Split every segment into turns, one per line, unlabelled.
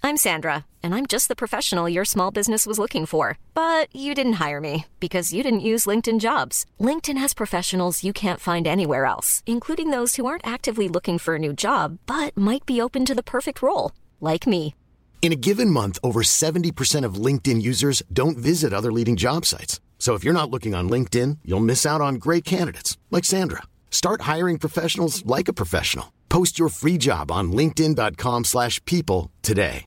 I'm Sandra, and I'm just the professional your small business was looking for. But you didn't hire me because you didn't use LinkedIn Jobs. LinkedIn has professionals you can't find anywhere else, including those who aren't actively looking for a new job, but might be open to the perfect role, like me.
In a given month, over 70% of LinkedIn users don't visit other leading job sites. So if you're not looking on LinkedIn, you'll miss out on great candidates like Sandra. Start hiring professionals like a professional. Post your free job on linkedin.com/people today.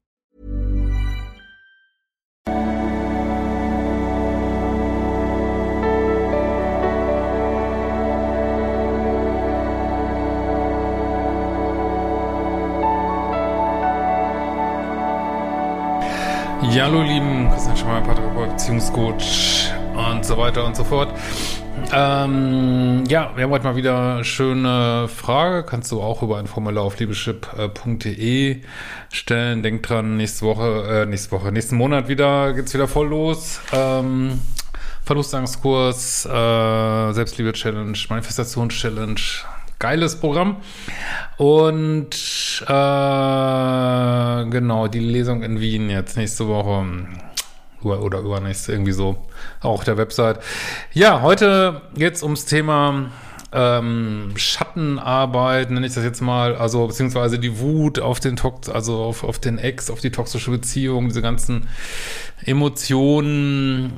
Ja, hallo lieben, Christian Schmeier, Paartherapeut, Beziehungscoach und so weiter und so fort. Ja, wir haben heute mal wieder eine schöne Frage. Kannst du auch über ein Formular auf liebeschip.de stellen. Denk dran, nächsten Monat geht's wieder voll los. Verlustangstkurs, Selbstliebe-Challenge, Manifestations-Challenge. Geiles Programm. Und genau, die Lesung in Wien jetzt nächste Woche oder übernächste, irgendwie so, auch auf der Website. Ja, heute geht's ums Thema Schattenarbeit, nenne ich das jetzt mal, also beziehungsweise die Wut auf den auf den Ex, auf die toxische Beziehung, diese ganzen Emotionen,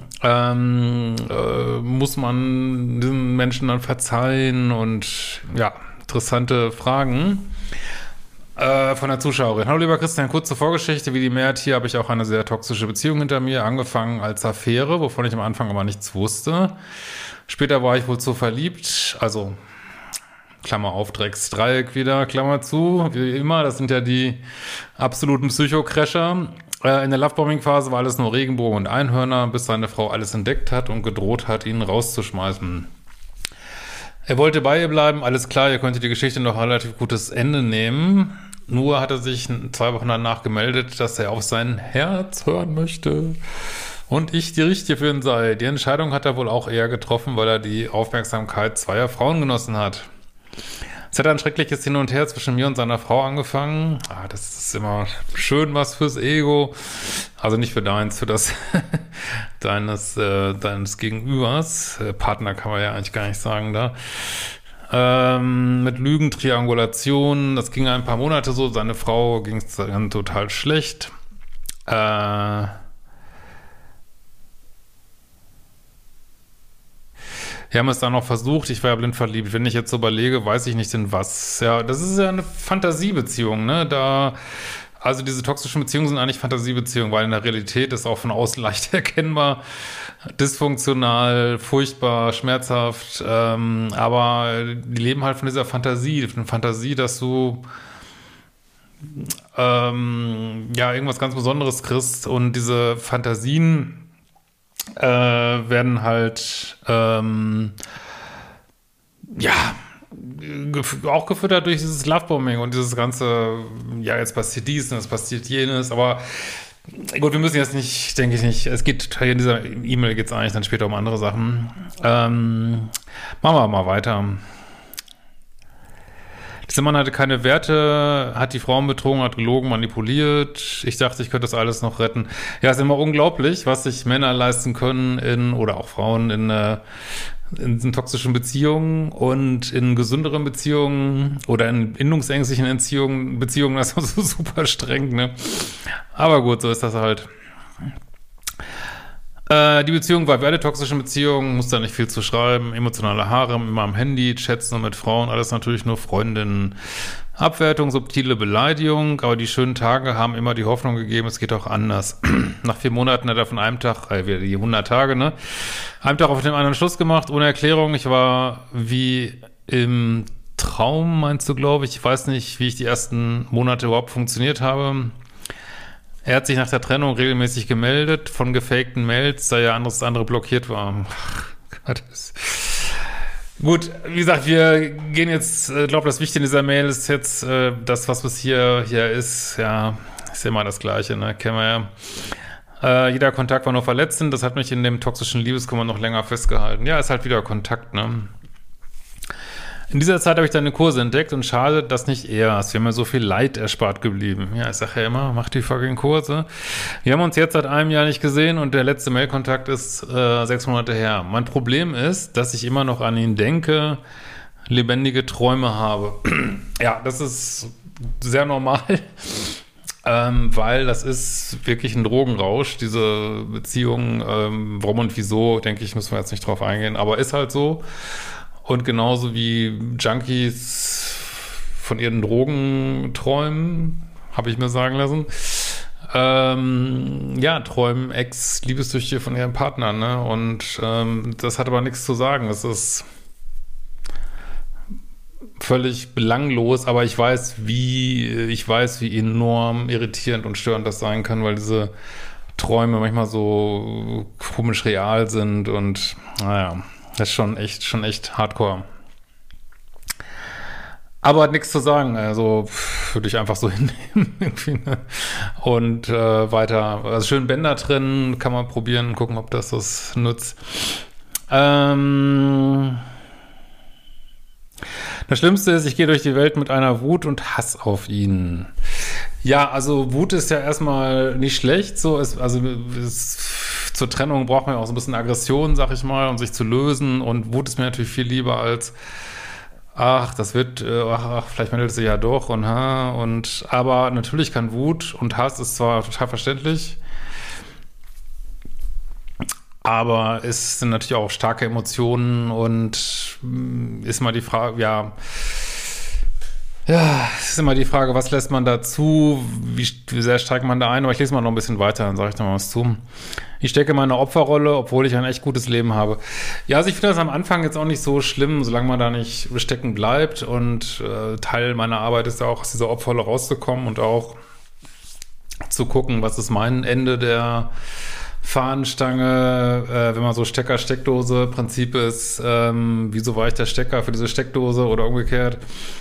muss man diesen Menschen dann verzeihen und ja, interessante Fragen von der Zuschauerin. Hallo lieber Christian, kurze Vorgeschichte. Wie die Mehrheit hier habe ich auch eine sehr toxische Beziehung hinter mir, angefangen als Affäre, wovon ich am Anfang aber nichts wusste. Später war ich wohl zu verliebt, also Klammer auf, Drecksdreieck wieder, Klammer zu, wie immer, das sind ja die absoluten Psychocrasher. In der Lovebombing-Phase war alles nur Regenbogen und Einhörner, bis seine Frau alles entdeckt hat und gedroht hat, ihn rauszuschmeißen. Er wollte bei ihr bleiben, alles klar, ihr könntet die Geschichte noch relativ gutes Ende nehmen. Nur hat er sich 2 Wochen danach gemeldet, dass er auf sein Herz hören möchte und ich die Richtige für ihn sei. Die Entscheidung hat er wohl auch eher getroffen, weil er die Aufmerksamkeit zweier Frauen genossen hat. Es hat ein schreckliches Hin und Her zwischen mir und seiner Frau angefangen. Das ist immer schön was fürs Ego. Also nicht für deins, für das deines Gegenübers. Partner kann man ja eigentlich gar nicht sagen da. Mit Lügen, Triangulation. Das ging ein paar Monate so. Seine Frau ging es dann total schlecht. Wir haben es dann noch versucht, ich war ja blind verliebt. Wenn ich jetzt so überlege, weiß ich nicht in was. Ja, das ist ja eine Fantasiebeziehung, ne? Also diese toxischen Beziehungen sind eigentlich Fantasiebeziehungen, weil in der Realität ist auch von außen leicht erkennbar, dysfunktional, furchtbar, schmerzhaft, aber die leben halt von dieser Fantasie, dass du irgendwas ganz Besonderes kriegst und diese Fantasien werden halt auch gefüttert durch dieses Lovebombing und dieses ganze, ja, jetzt passiert dies und es passiert jenes, aber gut, wir müssen jetzt nicht, denke ich nicht, es geht, in dieser E-Mail geht es eigentlich dann später um andere Sachen. Machen wir mal weiter. Dieser Mann hatte keine Werte, hat die Frauen betrogen, hat gelogen, manipuliert. Ich dachte, ich könnte das alles noch retten. Ja, es ist immer unglaublich, was sich Männer leisten können oder auch Frauen in toxischen Beziehungen und in gesünderen Beziehungen oder in bindungsängstlichen Beziehungen, das ist so super streng, ne? Aber gut, so ist das halt. Die Beziehung war wie alle toxischen Beziehungen, muss da nicht viel zu schreiben, emotionale Harem, immer am Handy, Chats nur mit Frauen, alles natürlich nur Freundinnen. Abwertung, subtile Beleidigung, aber die schönen Tage haben immer die Hoffnung gegeben, es geht auch anders. Nach 4 Monaten hat er von einem Tag, wieder die 100 Tage, ne? Einem Tag auf den anderen Schluss gemacht, ohne Erklärung. Ich war wie im Traum, meinst du, glaube ich. Ich weiß nicht, wie ich die ersten Monate überhaupt funktioniert habe. Er hat sich nach der Trennung regelmäßig gemeldet von gefakten Mails, da ja das andere blockiert war. Gut, wie gesagt, wir gehen jetzt, ich glaube, das Wichtige in dieser Mail ist jetzt, das, was bis hier ist, ja, ist immer das Gleiche, ne, kennen wir ja. Jeder Kontakt war nur verletzend, das hat mich in dem toxischen Liebeskummer noch länger festgehalten. Ja, ist halt wieder Kontakt, ne. In dieser Zeit habe ich deine Kurse entdeckt und schade, dass nicht eher. Es wäre mir so viel Leid erspart geblieben. Ja, ich sage ja immer, mach die fucking Kurse. Wir haben uns jetzt seit einem Jahr nicht gesehen und der letzte Mailkontakt ist 6 Monate her. Mein Problem ist, dass ich immer noch an ihn denke, lebendige Träume habe. Ja, das ist sehr normal, weil das ist wirklich ein Drogenrausch, diese Beziehung. Warum und wieso, denke ich, müssen wir jetzt nicht drauf eingehen, aber ist halt so. Und genauso wie Junkies von ihren Drogen träumen, habe ich mir sagen lassen, träumen Ex-Liebessüchtige von ihren Partnern, ne? Und das hat aber nichts zu sagen. Das ist völlig belanglos, aber ich weiß, wie enorm irritierend und störend das sein kann, weil diese Träume manchmal so komisch real sind und naja. Das ist schon echt hardcore. Aber hat nichts zu sagen, also würde ich einfach so hinnehmen. Irgendwie, ne? Und weiter, also schön Bänder trennen, kann man probieren, gucken, ob das nutzt. Das Schlimmste ist, ich gehe durch die Welt mit einer Wut und Hass auf ihn. Ja, also Wut ist ja erstmal nicht schlecht, zur Trennung braucht man ja auch so ein bisschen Aggression, sag ich mal, um sich zu lösen. Und Wut ist mir natürlich viel lieber als, vielleicht meldet es sich ja doch aber natürlich kann Wut und Hass ist zwar total verständlich, aber es sind natürlich auch starke Emotionen und ist mal die Frage, es ist immer die Frage, was lässt man dazu, wie sehr steigt man da ein, aber ich lese mal noch ein bisschen weiter, dann sage ich da mal was zu. Ich stecke in meine Opferrolle, obwohl ich ein echt gutes Leben habe. Ja, also ich finde das am Anfang jetzt auch nicht so schlimm, solange man da nicht stecken bleibt und Teil meiner Arbeit ist ja auch, aus dieser Opferrolle rauszukommen und auch zu gucken, was ist mein Ende der Fahnenstange, wenn man so Stecker-Steckdose-Prinzip ist, wieso war ich der Stecker für diese Steckdose oder umgekehrt.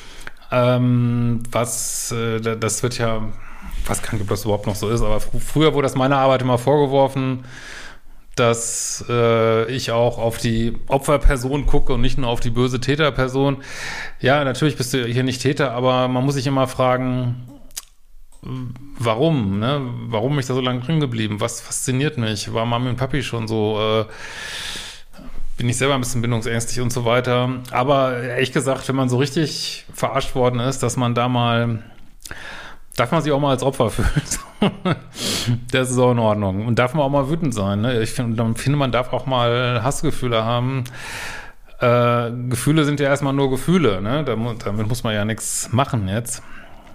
Das wird ja, ich weiß gar nicht, ob das überhaupt noch so ist, aber früher wurde das meiner Arbeit immer vorgeworfen, dass ich auch auf die Opferperson gucke und nicht nur auf die böse Täterperson. Ja, natürlich bist du hier nicht Täter, aber man muss sich immer fragen, warum, ne? Warum bin ich da so lange drin geblieben? Was fasziniert mich? War Mami und Papi schon so, bin ich selber ein bisschen bindungsängstlich und so weiter. Aber ehrlich gesagt, wenn man so richtig verarscht worden ist, dass man da mal, darf man sich auch mal als Opfer fühlen. Das ist auch in Ordnung. Und darf man auch mal wütend sein, ne? Ich finde, man darf auch mal Hassgefühle haben. Gefühle sind ja erstmal nur Gefühle, ne? Damit muss man ja nichts machen jetzt.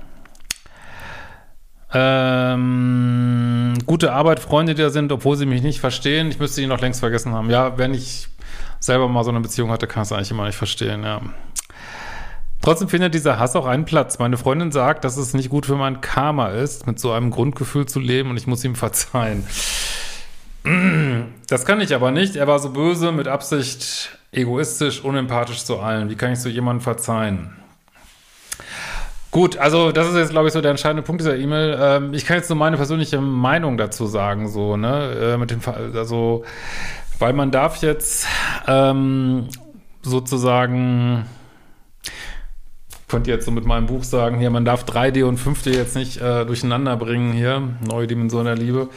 Gute Arbeit, Freunde, die da sind, obwohl sie mich nicht verstehen. Ich müsste ihn noch längst vergessen haben. Ja, wenn ich selber mal so eine Beziehung hatte, kann ich es eigentlich immer nicht verstehen, ja. Trotzdem findet dieser Hass auch einen Platz. Meine Freundin sagt, dass es nicht gut für mein Karma ist, mit so einem Grundgefühl zu leben und ich muss ihm verzeihen. Das kann ich aber nicht. Er war so böse, mit Absicht, egoistisch, unempathisch zu allen. Wie kann ich so jemandem verzeihen? Gut, also das ist jetzt, glaube ich, so der entscheidende Punkt dieser E-Mail. Ich kann jetzt nur meine persönliche Meinung dazu sagen, so, ne, weil man darf jetzt sozusagen, könnt ihr jetzt so mit meinem Buch sagen, hier, man darf 3D und 5D jetzt nicht durcheinander bringen hier, neue Dimension der Liebe.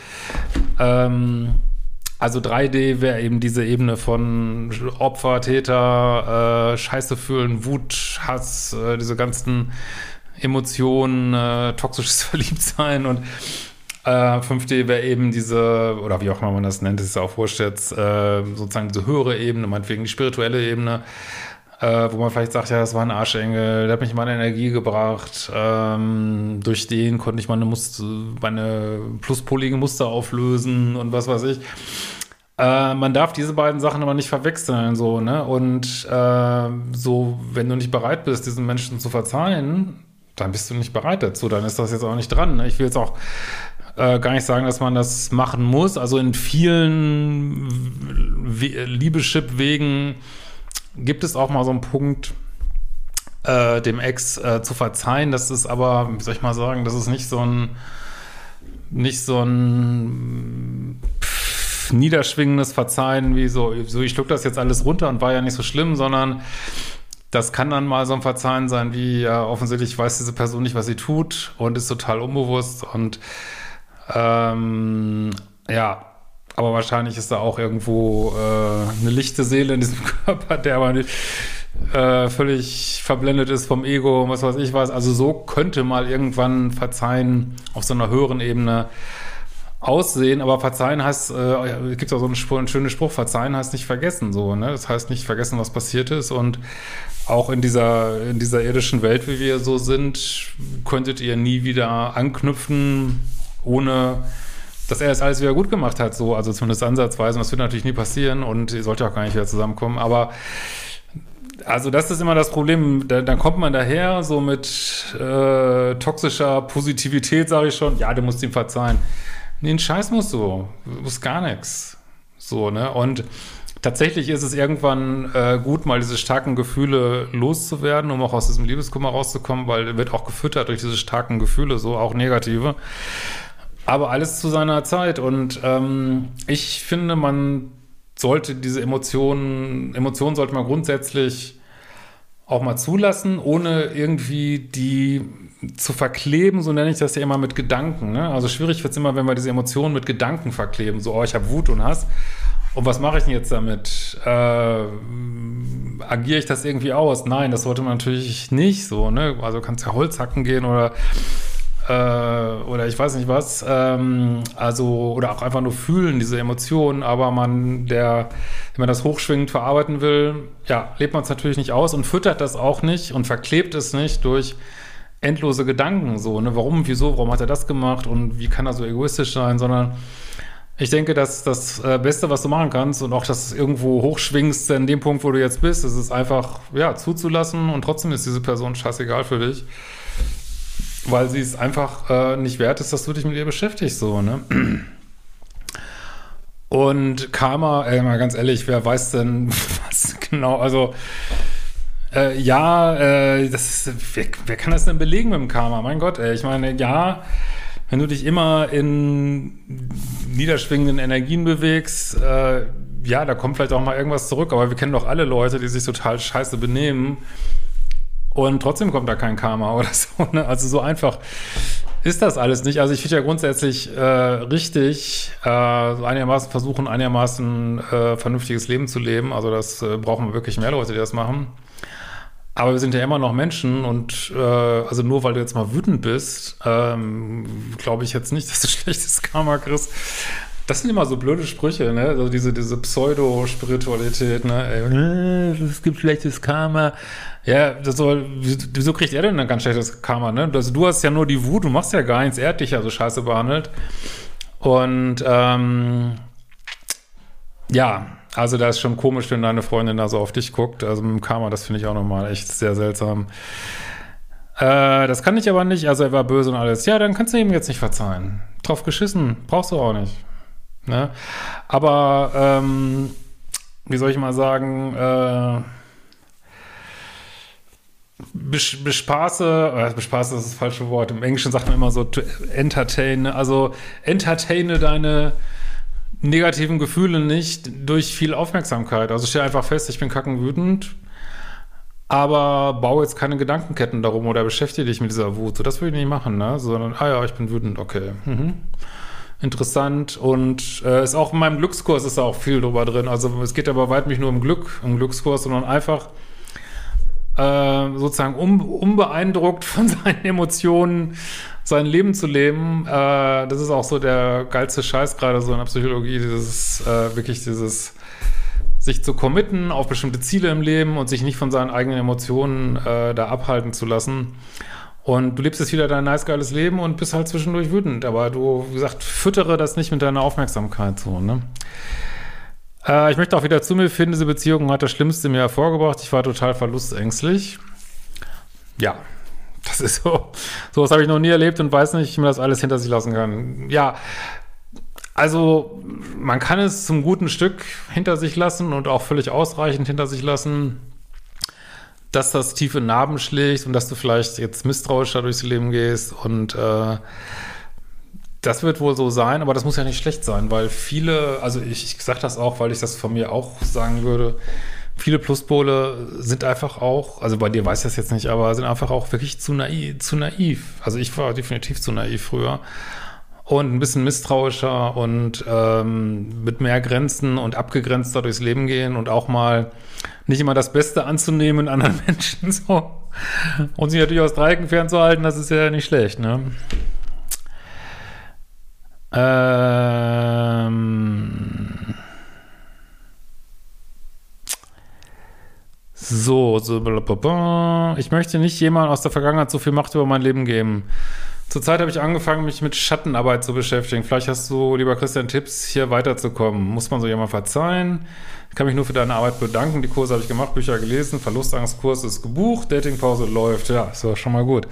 Also 3D wäre eben diese Ebene von Opfer, Täter, Scheiße fühlen, Wut, Hass, diese ganzen Emotionen, toxisches Verliebtsein und 5D wäre eben diese, oder wie auch immer man das nennt, das ist auch wurscht jetzt, sozusagen diese höhere Ebene, meinetwegen die spirituelle Ebene, wo man vielleicht sagt, ja, das war ein Arschengel, der hat mich in meine Energie gebracht, durch den konnte ich meine pluspoligen Muster auflösen und was weiß ich. Man darf diese beiden Sachen aber nicht verwechseln, so, ne, und so, wenn du nicht bereit bist, diesen Menschen zu verzeihen, dann bist du nicht bereit dazu, dann ist das jetzt auch nicht dran, ne? Ich will jetzt auch gar nicht sagen, dass man das machen muss. Also in vielen Liebeschip-Wegen gibt es auch mal so einen Punkt, dem Ex zu verzeihen. Das ist aber, wie soll ich mal sagen, das ist nicht so ein niederschwingendes Verzeihen, wie so, ich schluck das jetzt alles runter und war ja nicht so schlimm, sondern Das kann dann mal so ein Verzeihen sein, wie ja, offensichtlich weiß diese Person nicht, was sie tut und ist total unbewusst und ja, aber wahrscheinlich ist da auch irgendwo eine lichte Seele in diesem Körper, der aber nicht völlig verblendet ist vom Ego und was weiß ich was. Also so könnte mal irgendwann Verzeihen auf so einer höheren Ebene aussehen, aber Verzeihen heißt, es gibt auch so einen schönen Spruch, Verzeihen heißt nicht vergessen, so, ne? Das heißt nicht vergessen, was passiert ist und auch in dieser irdischen Welt, wie wir so sind, könntet ihr nie wieder anknüpfen, ohne dass er es alles wieder gut gemacht hat, so, also zumindest ansatzweise. Und das wird natürlich nie passieren und ihr sollt ja auch gar nicht wieder zusammenkommen. Aber also das ist immer das Problem. Dann kommt man daher so mit toxischer Positivität, sage ich schon. Ja, du musst ihm verzeihen. Nee, einen Scheiß musst du. Du musst gar nichts. So, ne? Und tatsächlich ist es irgendwann gut, mal diese starken Gefühle loszuwerden, um auch aus diesem Liebeskummer rauszukommen, weil er wird auch gefüttert durch diese starken Gefühle, so auch negative. Aber alles zu seiner Zeit. Und ich finde, man sollte diese Emotionen sollte man grundsätzlich auch mal zulassen, ohne irgendwie die zu verkleben, so nenne ich das ja immer mit Gedanken. Ne? Also schwierig wird es immer, wenn wir diese Emotionen mit Gedanken verkleben. So, oh, ich habe Wut und Hass. Und was mache ich denn jetzt damit? Agiere ich das irgendwie aus? Nein, das sollte man natürlich nicht so. Ne? Also kannst ja Holz hacken gehen oder ich weiß nicht was, also, oder auch einfach nur fühlen, diese Emotionen, aber wenn man das hochschwingend verarbeiten will, ja, lebt man es natürlich nicht aus und füttert das auch nicht und verklebt es nicht durch endlose Gedanken, so, ne, warum, wieso, warum hat er das gemacht und wie kann er so egoistisch sein, sondern ich denke, dass das Beste, was du machen kannst und auch das irgendwo hochschwingst an dem Punkt, wo du jetzt bist, ist es einfach, ja, zuzulassen und trotzdem ist diese Person scheißegal für dich. Weil sie es einfach nicht wert ist, dass du dich mit ihr beschäftigst, so, ne? Und Karma, mal ganz ehrlich, wer weiß denn, was genau, also, wer kann das denn belegen mit dem Karma? Mein Gott, ich meine, ja, wenn du dich immer in niederschwingenden Energien bewegst, ja, da kommt vielleicht auch mal irgendwas zurück, aber wir kennen doch alle Leute, die sich total scheiße benehmen, und trotzdem kommt da kein Karma oder so. Ne? Also so einfach ist das alles nicht. Also ich finde ja grundsätzlich richtig, so einigermaßen vernünftiges Leben zu leben. Also das brauchen wir wirklich mehr Leute, die das machen. Aber wir sind ja immer noch Menschen und also nur weil du jetzt mal wütend bist, glaube ich jetzt nicht, dass du schlechtes Karma kriegst. Das sind immer so blöde Sprüche, ne? Also diese Pseudo-Spiritualität, ne? Es gibt schlechtes Karma. Ja, wieso kriegt er denn ein ganz schlechtes Karma, ne? Also du hast ja nur die Wut, du machst ja gar nichts, er hat dich ja so scheiße behandelt. Und ja, also da ist schon komisch, wenn deine Freundin da so auf dich guckt. Also mit dem Karma, das finde ich auch nochmal echt sehr seltsam. Das kann ich aber nicht, also er war böse und alles. Ja, dann kannst du ihm jetzt nicht verzeihen. Drauf geschissen, brauchst du auch nicht. Ne? Aber wie soll ich mal sagen, bespaße ist das falsche Wort. Im Englischen sagt man immer so to entertain, also entertaine deine negativen Gefühle nicht durch viel Aufmerksamkeit. Also stell einfach fest, ich bin kackenwütend, aber baue jetzt keine Gedankenketten darum oder beschäftige dich mit dieser Wut. So, das würde ich nicht machen, ne? Sondern, ja, ich bin wütend, okay. Interessant und ist auch in meinem Glückskurs ist da auch viel drüber drin. Also es geht aber weit nicht nur um Glück, im Glückskurs, sondern einfach sozusagen unbeeindruckt von seinen Emotionen sein Leben zu leben. Das ist auch so der geilste Scheiß gerade so in der Psychologie, wirklich dieses sich zu committen auf bestimmte Ziele im Leben und sich nicht von seinen eigenen Emotionen da abhalten zu lassen. Und du lebst jetzt wieder dein nice, geiles Leben und bist halt zwischendurch wütend. Aber du, wie gesagt, füttere das nicht mit deiner Aufmerksamkeit so, ne? Ich möchte auch wieder zu mir finden. Diese Beziehung hat das Schlimmste mir hervorgebracht. Ich war total verlustängstlich. Ja, das ist so. Sowas habe ich noch nie erlebt und weiß nicht, wie man das alles hinter sich lassen kann. Ja, also man kann es zum guten Stück hinter sich lassen und auch völlig ausreichend hinter sich lassen, dass das tiefe Narben schlägt und dass du vielleicht jetzt misstrauisch da durchs Leben gehst und das wird wohl so sein, aber das muss ja nicht schlecht sein, weil viele, also ich sage das auch, weil ich das von mir auch sagen würde, viele Pluspole sind einfach auch, also bei dir weiß ich das jetzt nicht, aber sind einfach auch wirklich zu naiv. Also ich war definitiv zu naiv früher. Und ein bisschen misstrauischer und mit mehr Grenzen und abgegrenzter durchs Leben gehen und auch mal nicht immer das Beste anzunehmen in anderen Menschen so. Und sich natürlich aus Dreiecken fernzuhalten, das ist ja nicht schlecht, ne? So, blablabla. Ich möchte nicht jemand aus der Vergangenheit so viel Macht über mein Leben geben. Zurzeit habe ich angefangen, mich mit Schattenarbeit zu beschäftigen. Vielleicht hast du, lieber Christian, Tipps, hier weiterzukommen. Muss man so jemand verzeihen? Ich kann mich nur für deine Arbeit bedanken. Die Kurse habe ich gemacht, Bücher gelesen, Verlustangstkurs ist gebucht, Datingpause läuft. Ja, ist doch schon mal gut.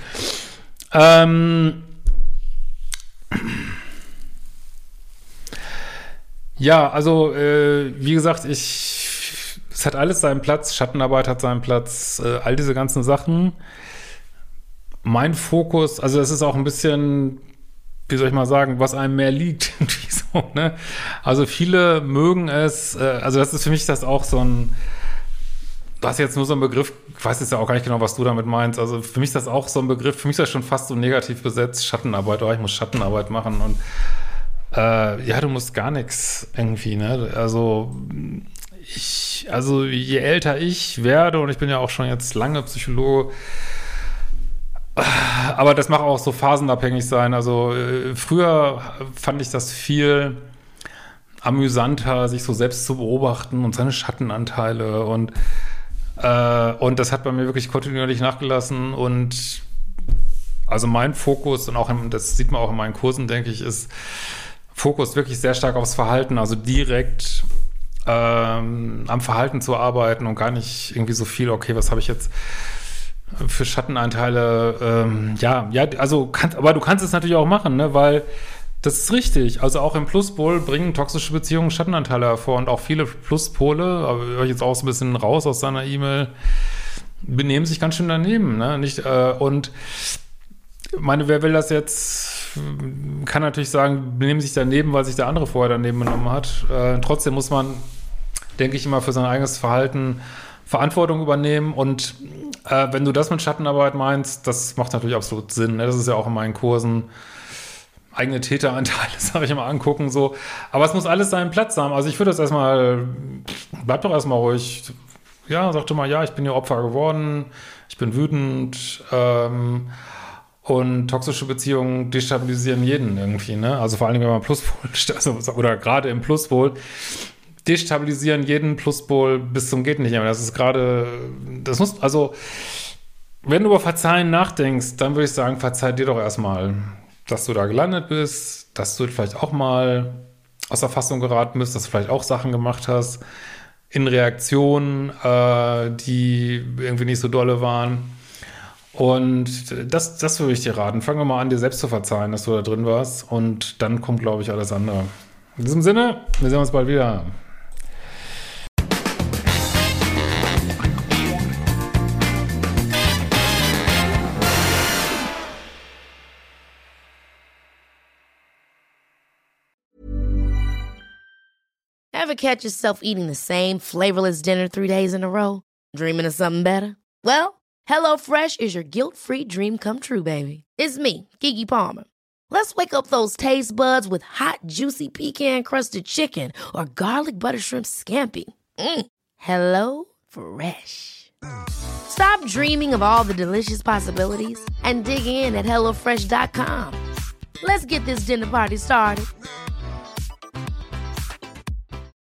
Ja, also, wie gesagt, es hat alles seinen Platz. Schattenarbeit hat seinen Platz. All diese ganzen Sachen. Mein Fokus, also es ist auch ein bisschen, wie soll ich mal sagen, was einem mehr liegt. So, ne? Also viele mögen es, also das ist für mich das auch so ein, das ist jetzt nur so ein Begriff, ich weiß jetzt ja auch gar nicht genau, was du damit meinst, also für mich ist das auch so ein Begriff, für mich ist das schon fast so negativ besetzt, Schattenarbeit, ich muss Schattenarbeit machen und ja, du musst gar nichts irgendwie, ne? Also je älter ich werde, und ich bin ja auch schon jetzt lange Psychologe, aber das mag auch so phasenabhängig sein. Also früher fand ich das viel amüsanter, sich so selbst zu beobachten und seine Schattenanteile und das hat bei mir wirklich kontinuierlich nachgelassen und also mein Fokus und auch, das sieht man auch in meinen Kursen, denke ich, ist Fokus wirklich sehr stark aufs Verhalten, also direkt am Verhalten zu arbeiten und gar nicht irgendwie so viel, okay, was habe ich jetzt für Schattenanteile, aber du kannst es natürlich auch machen, ne, weil das ist richtig. Also auch im Pluspol bringen toxische Beziehungen Schattenanteile hervor und auch viele Pluspole, aber höre ich jetzt auch so ein bisschen raus aus deiner E-Mail, benehmen sich ganz schön daneben, ne, und meine, wer will das jetzt, kann natürlich sagen, benehmen sich daneben, weil sich der andere vorher daneben benommen hat. Trotzdem muss man, denke ich, immer für sein eigenes Verhalten Verantwortung übernehmen und wenn du das mit Schattenarbeit meinst, das macht natürlich absolut Sinn. Ne? Das ist ja auch in meinen Kursen eigene Täteranteile, das habe ich immer angucken so. Aber es muss alles seinen Platz haben. Also ich würde das erstmal, bleib doch erstmal ruhig. Ja, sag doch mal, ja, ich bin hier Opfer geworden, ich bin wütend und toxische Beziehungen destabilisieren jeden irgendwie. Ne? Also vor allem, wenn man Pluspol, oder gerade im Pluspol, destabilisieren jeden Pluspol bis zum geht nicht mehr. Das ist gerade, das muss, also wenn du über Verzeihen nachdenkst, dann würde ich sagen, verzeih dir doch erstmal, dass du da gelandet bist, dass du vielleicht auch mal aus der Fassung geraten bist, dass du vielleicht auch Sachen gemacht hast in Reaktionen, die irgendwie nicht so dolle waren. Und das würde ich dir raten. Fangen wir mal an, dir selbst zu verzeihen, dass du da drin warst. Und dann kommt, glaube ich, alles andere. In diesem Sinne, wir sehen uns bald wieder.
Ever catch yourself eating the same flavorless dinner 3 days in a row? Dreaming of something better? Well, HelloFresh is your guilt-free dream come true, baby. It's me, Keke Palmer. Let's wake up those taste buds with hot, juicy pecan-crusted chicken or garlic butter shrimp scampi. Hello Fresh. Stop dreaming of all the delicious possibilities and dig in at HelloFresh.com. Let's get this dinner party started.